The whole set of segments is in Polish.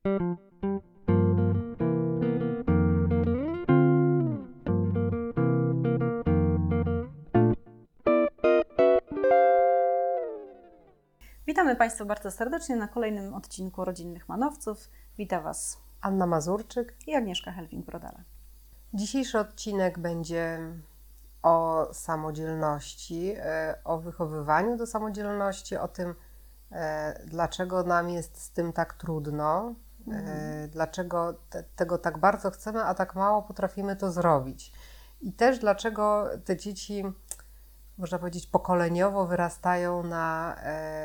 Witamy Państwa bardzo serdecznie na kolejnym odcinku Rodzinnych Manowców. Witam Was Anna Mazurczyk i Agnieszka Helwing-Brodala. Dzisiejszy odcinek będzie o samodzielności, o wychowywaniu do samodzielności, o tym, dlaczego nam jest z tym tak trudno, dlaczego tego tak bardzo chcemy, a tak mało potrafimy to zrobić. I też dlaczego te dzieci, można powiedzieć, pokoleniowo wyrastają na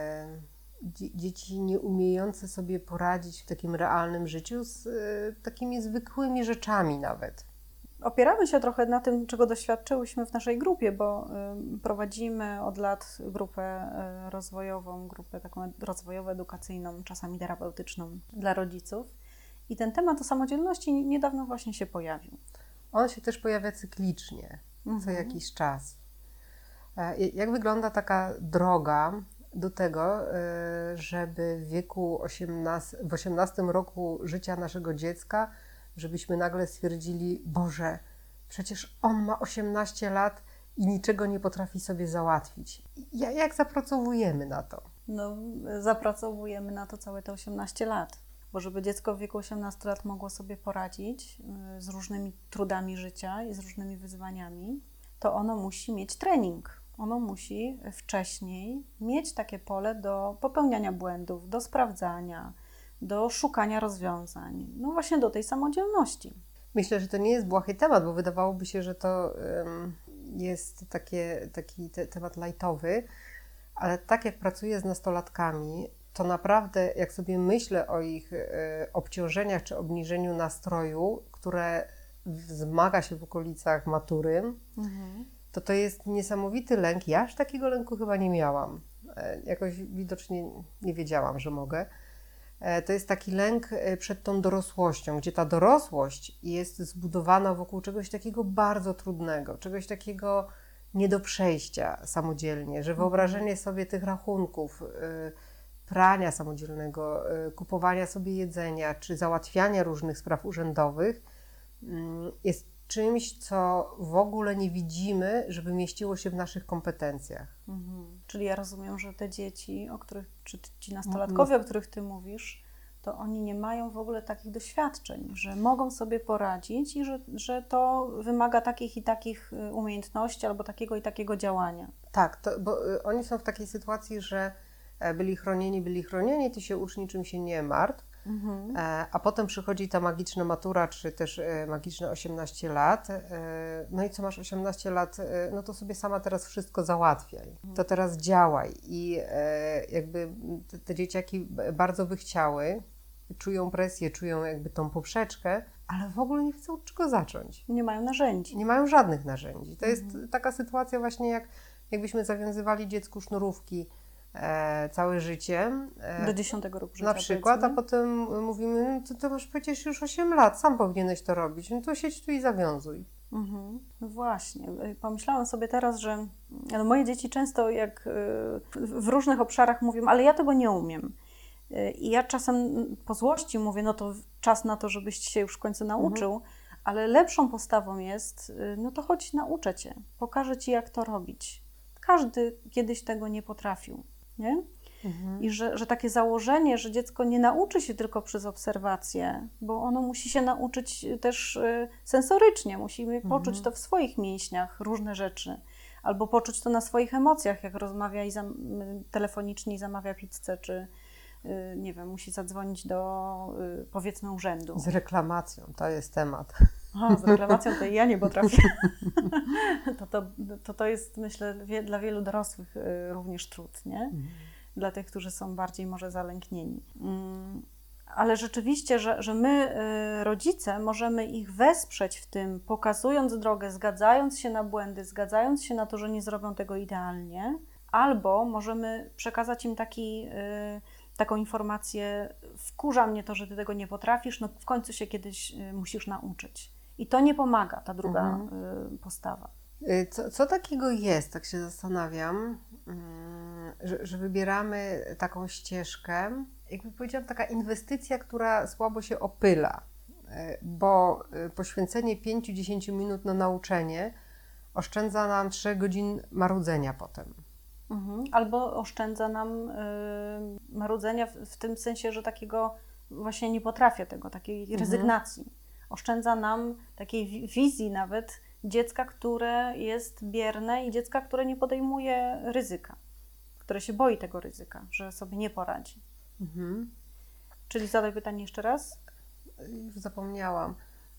dzieci nieumiejące sobie poradzić w takim realnym życiu z takimi zwykłymi rzeczami nawet. Opieramy się trochę na tym, czego doświadczyłyśmy w naszej grupie, bo prowadzimy od lat grupę rozwojową, grupę taką rozwojowo-edukacyjną, czasami terapeutyczną dla rodziców. I ten temat o samodzielności niedawno właśnie się pojawił. On się też pojawia cyklicznie, co jakiś czas. Jak wygląda taka droga do tego, żeby w wieku 18 roku życia naszego dziecka, żebyśmy nagle stwierdzili: Boże, przecież on ma 18 lat i niczego nie potrafi sobie załatwić. Jak zapracowujemy na to? No, zapracowujemy na to całe te 18 lat. Bo żeby dziecko w wieku 18 lat mogło sobie poradzić z różnymi trudami życia i z różnymi wyzwaniami, to ono musi mieć trening. Ono musi wcześniej mieć takie pole do popełniania błędów, do sprawdzania, do szukania rozwiązań. No właśnie do tej samodzielności. Myślę, że to nie jest błahy temat, bo wydawałoby się, że to jest taki temat lajtowy, ale tak jak pracuję z nastolatkami, to naprawdę jak sobie myślę o ich obciążeniach czy obniżeniu nastroju, które wzmaga się w okolicach matury, to jest niesamowity lęk. Ja aż takiego lęku chyba nie miałam. Jakoś widocznie nie wiedziałam, że mogę. To jest taki lęk przed tą dorosłością, gdzie ta dorosłość jest zbudowana wokół czegoś takiego bardzo trudnego, czegoś takiego nie do przejścia samodzielnie, że wyobrażenie sobie tych rachunków, prania samodzielnego, kupowania sobie jedzenia, czy załatwiania różnych spraw urzędowych jest czymś, co w ogóle nie widzimy, żeby mieściło się w naszych kompetencjach. Czyli ja rozumiem, że te dzieci, czy ci nastolatkowie, o których Ty mówisz, to oni nie mają w ogóle takich doświadczeń, że mogą sobie poradzić i że to wymaga takich i takich umiejętności albo takiego i takiego działania. Tak, bo oni są w takiej sytuacji, że byli chronieni, ty się ucz, niczym się nie martw. A potem przychodzi ta magiczna matura, czy też magiczne 18 lat. No i co masz 18 lat, no to sobie sama teraz wszystko załatwiaj. To teraz działaj. I jakby te dzieciaki bardzo by chciały, czują presję, czują jakby tą poprzeczkę, ale w ogóle nie wiedzą, od czego zacząć. Nie mają narzędzi. Nie mają żadnych narzędzi. To jest taka sytuacja właśnie, jakbyśmy zawiązywali dziecku sznurówki całe życie. Do 10 roku życia. Na przykład, powiedzmy. a potem mówimy: to masz przecież już 8 lat, sam powinieneś to robić, no to siedź tu i zawiązuj. No właśnie, pomyślałam sobie teraz, że moje dzieci często jak w różnych obszarach mówią: ale ja tego nie umiem. I ja czasem po złości mówię: no to czas na to, żebyś się już w końcu nauczył, ale lepszą postawą jest: no to chodź, nauczę Cię, pokażę Ci, jak to robić. Każdy kiedyś tego nie potrafił, nie? I że takie założenie, że dziecko nie nauczy się tylko przez obserwację, bo ono musi się nauczyć też sensorycznie, musimy poczuć to w swoich mięśniach, różne rzeczy, albo poczuć to na swoich emocjach, jak rozmawia telefonicznie i zamawia pizzę, czy nie wiem, musi zadzwonić do powiedzmy urzędu. Z reklamacją, to jest temat. Z reklamacją to ja nie potrafię. To jest, myślę, dla wielu dorosłych również trud, nie? Dla tych, którzy są bardziej może zalęknieni. Ale rzeczywiście, że my, rodzice, możemy ich wesprzeć w tym, pokazując drogę, zgadzając się na błędy, zgadzając się na to, że nie zrobią tego idealnie, albo możemy przekazać im taką informację: wkurza mnie to, że Ty tego nie potrafisz, no w końcu się kiedyś musisz nauczyć. I to nie pomaga, ta druga postawa. Co takiego jest, tak się zastanawiam, że wybieramy taką ścieżkę jakby powiedziałam, taka inwestycja, która słabo się opyla, bo poświęcenie 5-10 minut na nauczenie oszczędza nam 3 godzin marudzenia potem. Albo oszczędza nam marudzenia w tym sensie, że takiego właśnie nie potrafię tego, takiej rezygnacji. Oszczędza nam takiej wizji nawet dziecka, które jest bierne i dziecka, które nie podejmuje ryzyka, które się boi tego ryzyka, że sobie nie poradzi. Czyli zadaj pytanie jeszcze raz. Już zapomniałam.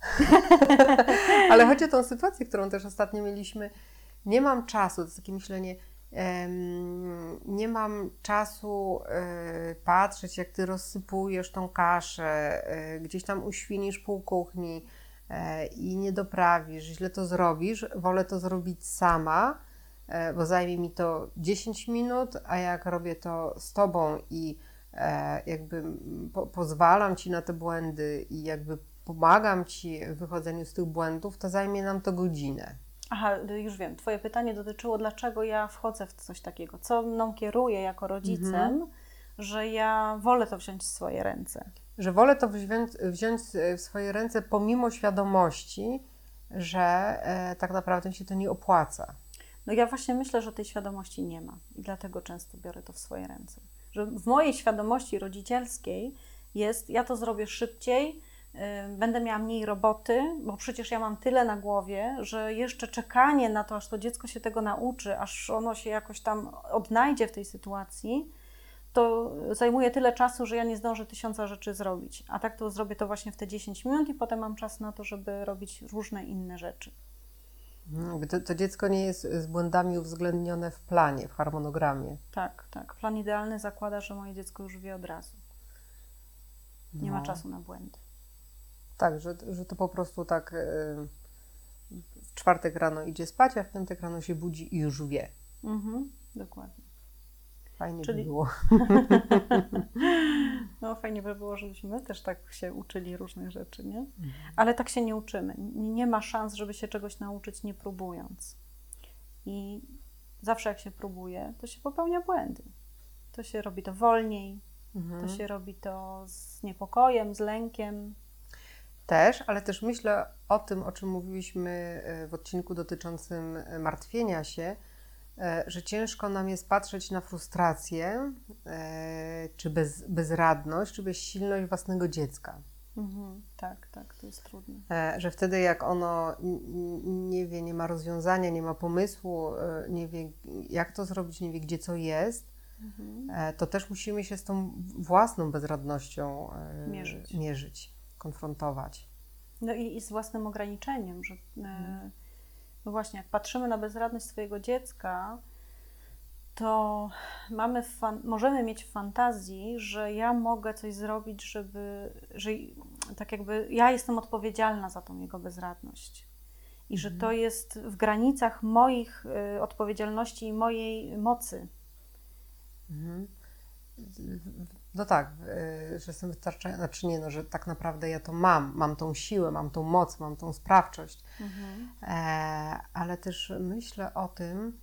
Ale chodzi o tą sytuację, którą też ostatnio mieliśmy. Nie mam czasu, to jest takie myślenie, nie mam czasu patrzeć, jak ty rozsypujesz tą kaszę, gdzieś tam uświnisz pół kuchni i nie doprawisz, źle to zrobisz. Wolę to zrobić sama, bo zajmie mi to 10 minut, a jak robię to z tobą i jakby pozwalam ci na te błędy i jakby pomagam ci w wychodzeniu z tych błędów, to zajmie nam to godzinę. Aha, już wiem. Twoje pytanie dotyczyło, dlaczego ja wchodzę w coś takiego. Co mną kieruje jako rodzicem, że ja wolę to wziąć w swoje ręce. Że wolę to wziąć w swoje ręce pomimo świadomości, że tak naprawdę mi się to nie opłaca. No ja właśnie myślę, że tej świadomości nie ma i dlatego często biorę to w swoje ręce. Że w mojej świadomości rodzicielskiej jest, ja to zrobię szybciej, będę miała mniej roboty, bo przecież ja mam tyle na głowie, że jeszcze czekanie na to, aż to dziecko się tego nauczy, aż ono się jakoś tam odnajdzie w tej sytuacji, to zajmuje tyle czasu, że ja nie zdążę 1000 rzeczy zrobić. A tak to zrobię to właśnie w te 10 minut i potem mam czas na to, żeby robić różne inne rzeczy. To dziecko nie jest z błędami uwzględnione w planie, w harmonogramie. Tak, tak. Plan idealny zakłada, że moje dziecko już wie od razu. Nie ma czasu na błędy. Tak, że to po prostu tak w czwartek rano idzie spać, a w piątek rano się budzi i już wie. Dokładnie. Fajnie by było. No fajnie by było, żebyśmy też tak się uczyli różnych rzeczy, nie? Ale tak się nie uczymy. Nie ma szans, żeby się czegoś nauczyć nie próbując. I zawsze jak się próbuje, to się popełnia błędy. To się robi to wolniej, to się robi to z niepokojem, z lękiem. Też, ale też myślę o tym, o czym mówiliśmy w odcinku dotyczącym martwienia się, że ciężko nam jest patrzeć na frustrację, czy bezradność, czy bezsilność własnego dziecka. Tak, to jest trudne. Że wtedy jak ono nie wie, nie ma rozwiązania, nie ma pomysłu, nie wie jak to zrobić, nie wie gdzie co jest, to też musimy się z tą własną bezradnością mierzyć, konfrontować. No i z własnym ograniczeniem, że no właśnie, jak patrzymy na bezradność swojego dziecka, to możemy mieć w fantazji, że ja mogę coś zrobić, że tak jakby ja jestem odpowiedzialna za tą jego bezradność. I że to jest w granicach moich odpowiedzialności i mojej mocy. No tak, że jestem wystarczająca, znaczy nie, no, że tak naprawdę ja to mam tą siłę, mam tą moc, mam tą sprawczość, ale też myślę o tym,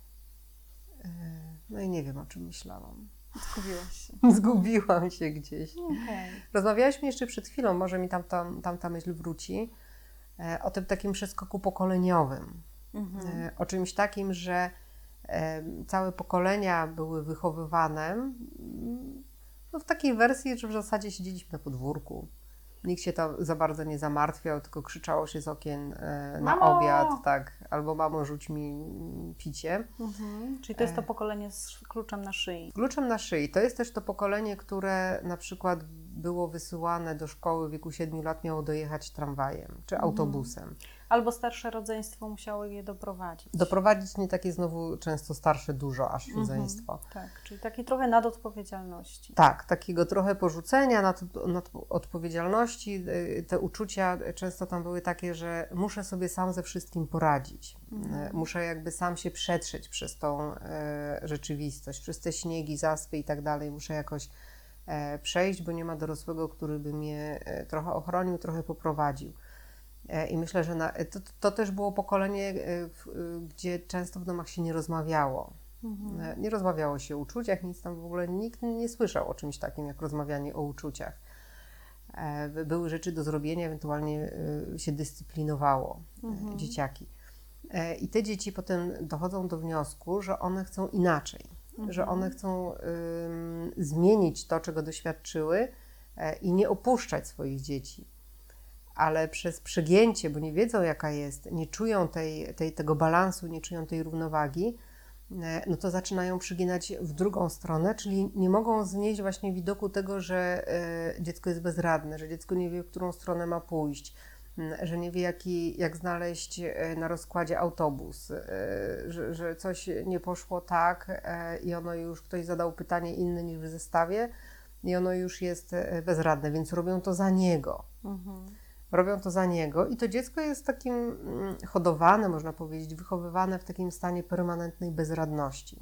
no i nie wiem, o czym myślałam. Zgubiłaś się. Zgubiłam się gdzieś. Okay. Rozmawiałyśmy jeszcze przed chwilą, może mi ta myśl wróci, o tym takim przeskoku pokoleniowym, o czymś takim, że całe pokolenia były wychowywane w takiej wersji, że w zasadzie siedzieliśmy na podwórku. Nikt się tam za bardzo nie zamartwiał, tylko krzyczało się z okien na mamo! obiad, tak, albo mamo rzuć mi picie. Czyli to jest to pokolenie z kluczem na szyi. Kluczem na szyi. To jest też to pokolenie, które na przykład było wysyłane do szkoły w wieku 7 lat, miało dojechać tramwajem czy autobusem. Albo starsze rodzeństwo musiało je doprowadzić. Doprowadzić nie takie znowu często starsze dużo aż rodzeństwo. Tak, czyli taki trochę nadodpowiedzialności. Tak, takiego trochę porzucenia nad odpowiedzialności. Te uczucia często tam były takie, że muszę sobie sam ze wszystkim poradzić. Muszę jakby sam się przetrzeć przez tą rzeczywistość, przez te śniegi, zaspy i tak dalej. Muszę jakoś przejść, bo nie ma dorosłego, który by mnie trochę ochronił, trochę poprowadził. I myślę, że to też było pokolenie, gdzie często w domach się nie rozmawiało. Nie rozmawiało się o uczuciach, nic tam w ogóle nikt nie słyszał o czymś takim jak rozmawianie o uczuciach. Były rzeczy do zrobienia, ewentualnie się dyscyplinowało dzieciaki. I te dzieci potem dochodzą do wniosku, że one chcą inaczej, że one chcą zmienić to, czego doświadczyły i nie opuszczać swoich dzieci. Ale przez przegięcie, bo nie wiedzą jaka jest, nie czują tego balansu, nie czują tej równowagi, no to zaczynają przyginać w drugą stronę, czyli nie mogą znieść właśnie widoku tego, że dziecko jest bezradne, że dziecko nie wie, w którą stronę ma pójść, że nie wie, jak znaleźć na rozkładzie autobus, że coś nie poszło tak i ono już, ktoś zadał pytanie inne niż w zestawie i ono już jest bezradne, więc robią to za niego. Robią to za niego i to dziecko jest takim hodowane, można powiedzieć, wychowywane w takim stanie permanentnej bezradności.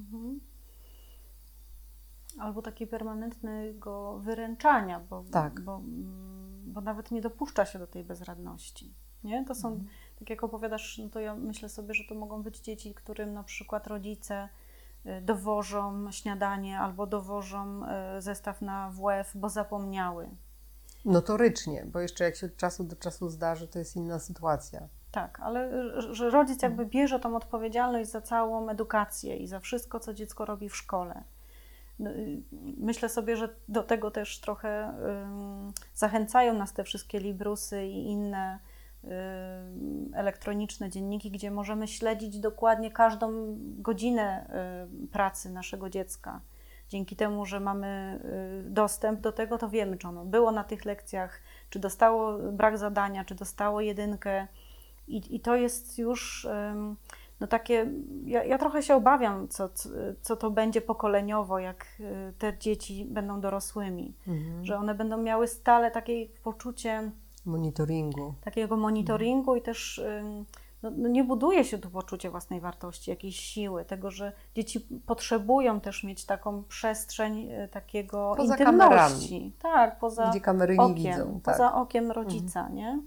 Albo takiego permanentnego wyręczania, Tak. bo nawet nie dopuszcza się do tej bezradności. Nie? To są, tak jak opowiadasz, no to ja myślę sobie, że to mogą być dzieci, którym na przykład rodzice dowożą śniadanie albo dowożą zestaw na WF, bo zapomniały. Notorycznie, bo jeszcze jak się od czasu do czasu zdarzy, to jest inna sytuacja. Tak, ale że rodzic jakby bierze tą odpowiedzialność za całą edukację i za wszystko, co dziecko robi w szkole. Myślę sobie, że do tego też trochę zachęcają nas te wszystkie Librusy i inne elektroniczne dzienniki, gdzie możemy śledzić dokładnie każdą godzinę pracy naszego dziecka. Dzięki temu, że mamy dostęp do tego, to wiemy, czy ono było na tych lekcjach, czy dostało brak zadania, czy dostało 1. I to jest już no takie, ja trochę się obawiam, co to będzie pokoleniowo, jak te dzieci będą dorosłymi, że one będą miały stale takie poczucie takiego monitoringu i też no nie buduje się tu poczucie własnej wartości, jakiejś siły, tego, że dzieci potrzebują też mieć taką przestrzeń takiego poza intymności. Kamerami. Tak, poza gdzie kamery okiem, nie widzą. poza okiem rodzica, nie?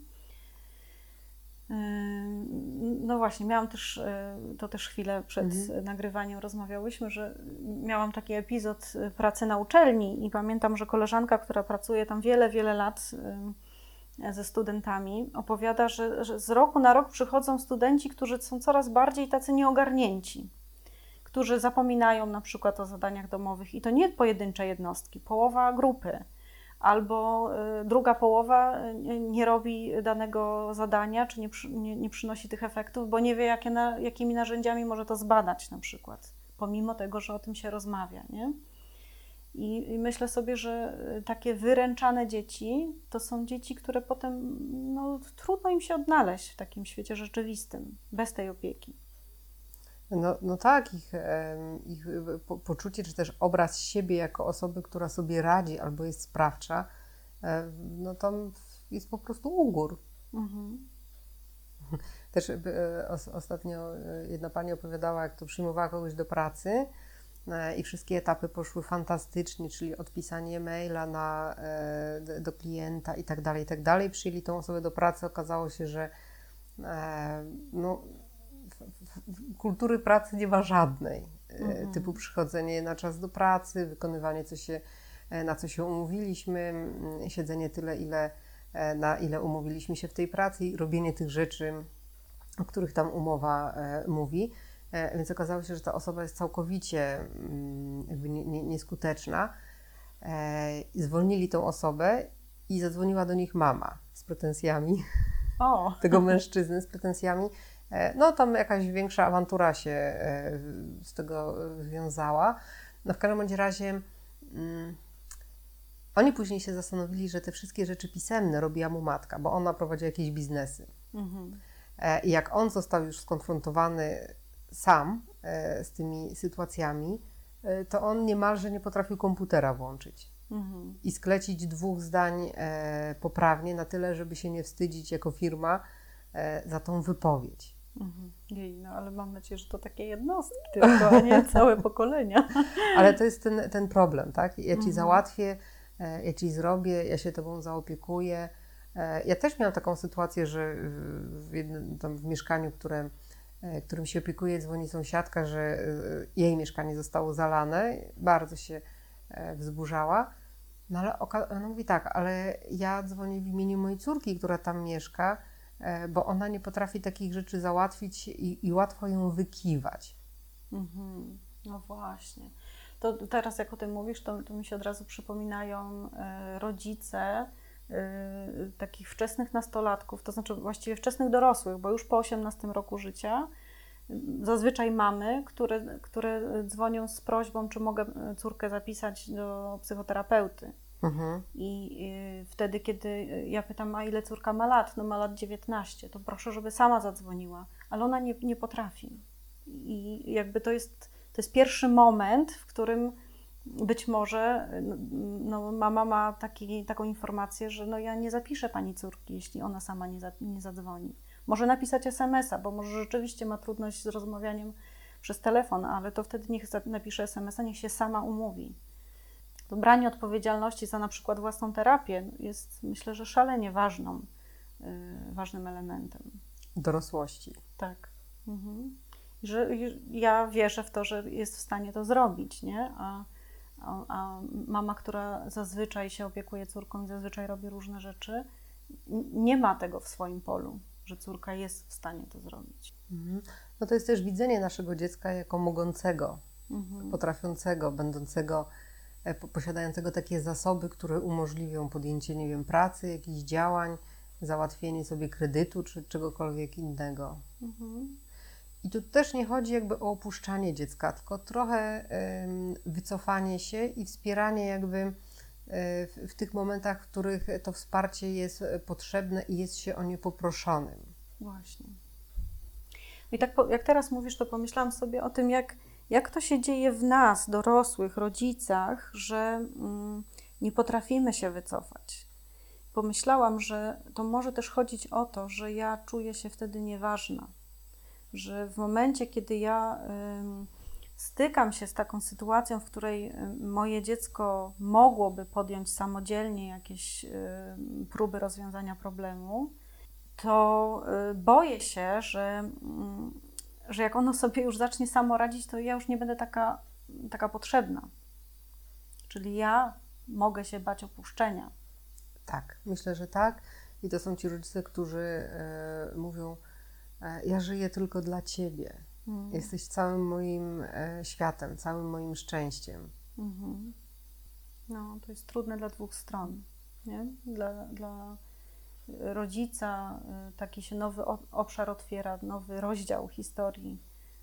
No właśnie, miałam też, to też chwilę przed nagrywaniem rozmawiałyśmy, że miałam taki epizod pracy na uczelni i pamiętam, że koleżanka, która pracuje tam wiele lat ze studentami, opowiada, że z roku na rok przychodzą studenci, którzy są coraz bardziej tacy nieogarnięci, którzy zapominają na przykład o zadaniach domowych i to nie pojedyncze jednostki, połowa grupy. Albo druga połowa nie robi danego zadania, czy nie przynosi tych efektów, bo nie wie, jakimi narzędziami może to zbadać na przykład, pomimo tego, że o tym się rozmawia, nie? I myślę sobie, że takie wyręczane dzieci to są dzieci, które potem no, trudno im się odnaleźć w takim świecie rzeczywistym, bez tej opieki. No tak, ich poczucie, czy też obraz siebie jako osoby, która sobie radzi albo jest sprawcza, no tam jest po prostu ugór. Też ostatnio jedna pani opowiadała, jak to przyjmowała kogoś do pracy i wszystkie etapy poszły fantastycznie, czyli odpisanie maila do klienta i tak dalej. Przyjęli tą osobę do pracy, okazało się, że no, kultury pracy nie ma żadnej, typu przychodzenie na czas do pracy, wykonywanie na co się umówiliśmy, siedzenie tyle, na ile umówiliśmy się w tej pracy i robienie tych rzeczy, o których tam umowa mówi. Więc okazało się, że ta osoba jest całkowicie jakby nieskuteczna. Zwolnili tą osobę i zadzwoniła do nich mama z pretensjami tego mężczyzny, z pretensjami. No tam jakaś większa awantura się z tego wiązała. No w każdym bądź razie oni później się zastanowili, że te wszystkie rzeczy pisemne robiła mu matka, bo ona prowadziła jakieś biznesy. I jak on został już skonfrontowany sam z tymi sytuacjami, to on niemalże nie potrafił komputera włączyć i sklecić 2 zdań poprawnie na tyle, żeby się nie wstydzić jako firma za tą wypowiedź. No ale mam nadzieję, że to takie jednostki tylko, a nie całe pokolenia. Ale to jest ten problem, tak? Ja Ci załatwię, ja Ci zrobię, ja się Tobą zaopiekuję. Ja też miałam taką sytuację, że w mieszkaniu, które którym się opiekuje, dzwoni sąsiadka, że jej mieszkanie zostało zalane. Bardzo się wzburzała. No ale ona mówi tak, ale ja dzwonię w imieniu mojej córki, która tam mieszka, bo ona nie potrafi takich rzeczy załatwić i łatwo ją wykiwać. Mhm. No właśnie. To teraz jak o tym mówisz, to mi się od razu przypominają rodzice takich wczesnych nastolatków, to znaczy właściwie wczesnych dorosłych, bo już po 18 roku życia, zazwyczaj mamy, które dzwonią z prośbą, czy mogę córkę zapisać do psychoterapeuty. Mhm. I wtedy, kiedy ja pytam, a ile córka ma lat? No ma lat 19, to proszę, żeby sama zadzwoniła, ale ona nie potrafi. I jakby to jest pierwszy moment, w którym być może no, mama ma taką informację, że no, ja nie zapiszę pani córki, jeśli ona sama nie zadzwoni. Może napisać SMS-a, bo może rzeczywiście ma trudność z rozmawianiem przez telefon, ale to wtedy niech napisze SMS-a, niech się sama umówi. To branie odpowiedzialności za na przykład własną terapię jest, myślę, że szalenie ważnym elementem. Dorosłości. Tak. Mhm. Że ja wierzę w to, że jest w stanie to zrobić, nie? A mama, która zazwyczaj się opiekuje córką i zazwyczaj robi różne rzeczy, nie ma tego w swoim polu, że córka jest w stanie to zrobić. Mhm. No to jest też widzenie naszego dziecka jako mogącego, Mhm. potrafiącego, będącego, posiadającego takie zasoby, które umożliwią podjęcie, nie wiem, pracy, jakichś działań, załatwienie sobie kredytu czy czegokolwiek innego. Mhm. I tu też nie chodzi jakby o opuszczanie dziecka, tylko trochę wycofanie się i wspieranie jakby w tych momentach, w których to wsparcie jest potrzebne i jest się o nie poproszonym. Właśnie. I tak jak teraz mówisz, to pomyślałam sobie o tym, jak to się dzieje w nas, dorosłych, rodzicach, że nie potrafimy się wycofać. Pomyślałam, że to może też chodzić o to, że ja czuję się wtedy nieważna. Że w momencie, kiedy ja stykam się z taką sytuacją, w której moje dziecko mogłoby podjąć samodzielnie jakieś próby rozwiązania problemu, to boję się, że jak ono sobie już zacznie samo radzić, to ja już nie będę taka potrzebna. Czyli ja mogę się bać opuszczenia. Tak, myślę, że tak. I to są ci rodzice, którzy mówią: ja żyję tylko dla Ciebie. Jesteś całym moim światem, całym moim szczęściem. Mhm. No, to jest trudne dla dwóch stron. Nie? Dla rodzica taki się nowy obszar otwiera, nowy rozdział historii,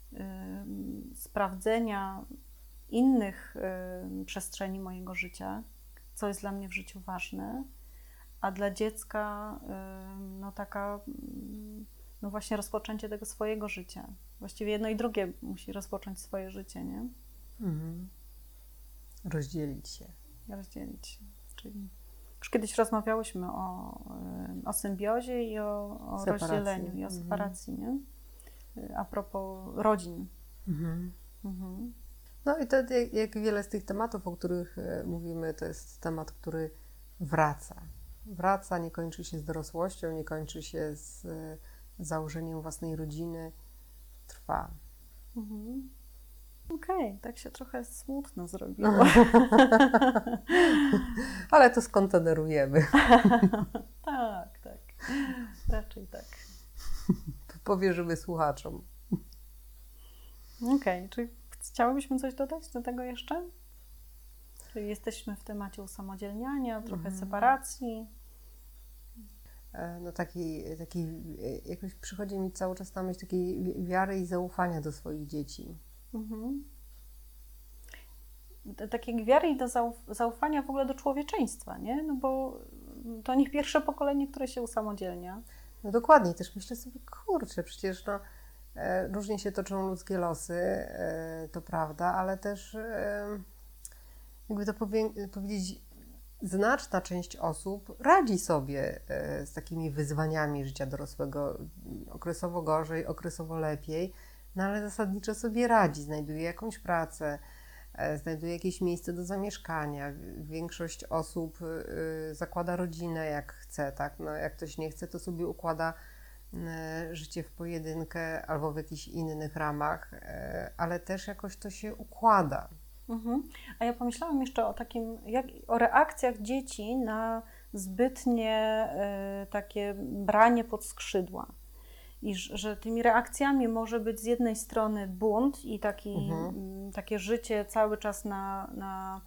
sprawdzenia innych przestrzeni mojego życia, co jest dla mnie w życiu ważne, a dla dziecka no taka, no właśnie rozpoczęcie tego swojego życia. Właściwie jedno i drugie musi rozpocząć swoje życie, nie? Mhm. Rozdzielić się. Rozdzielić się. Czyli już kiedyś rozmawiałyśmy o symbiozie i o rozdzieleniu i o separacji, nie? A propos rodzin. Mhm. Mhm. No i to jak wiele z tych tematów, o których mówimy, to jest temat, który wraca. Wraca, nie kończy się z dorosłością, nie kończy się z założeniem własnej rodziny. Trwa. Mhm. Okej, tak się trochę smutno zrobiło. Ale to skontenerujemy. Tak. Raczej tak. Powierzymy słuchaczom. Okej, czy chciałybyśmy coś dodać do tego jeszcze? Czyli jesteśmy w temacie usamodzielniania, trochę separacji. No taki jakoś przychodzi mi cały czas na myśl takiej wiary i zaufania do swoich dzieci. Mhm. Takiej wiary i do zaufania w ogóle do człowieczeństwa, nie? No bo to nie pierwsze pokolenie, które się usamodzielnia. No dokładnie, też myślę sobie, kurczę, przecież no, różnie się toczą ludzkie losy, to prawda, ale też jakby to powiedzieć, znaczna część osób radzi sobie z takimi wyzwaniami życia dorosłego, okresowo gorzej, okresowo lepiej, no ale zasadniczo sobie radzi, znajduje jakąś pracę, znajduje jakieś miejsce do zamieszkania. Większość osób zakłada rodzinę jak chce, tak? No, jak ktoś nie chce, to sobie układa życie w pojedynkę albo w jakichś innych ramach, ale też jakoś to się układa. A ja pomyślałam jeszcze o takim, o reakcjach dzieci na zbytnie takie branie pod skrzydła. I że tymi reakcjami może być z jednej strony bunt i takie życie cały czas na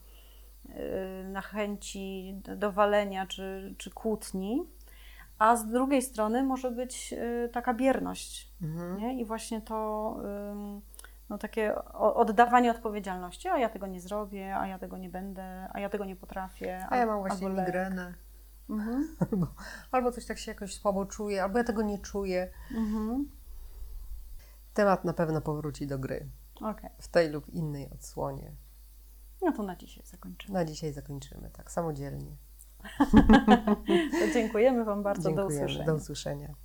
chęci do walenia czy kłótni, a z drugiej strony może być taka bierność. Nie? I właśnie to takie oddawanie odpowiedzialności, a ja tego nie zrobię, a ja tego nie będę, a ja tego nie potrafię. A ja mam właśnie migrenę. Albo coś tak się jakoś słabo czuję, albo ja tego nie czuję. Temat na pewno powróci do gry. W tej lub innej odsłonie. No to na dzisiaj zakończymy. Na dzisiaj zakończymy, tak, samodzielnie. To dziękujemy Wam bardzo. Dziękujemy. Do usłyszenia. Do usłyszenia.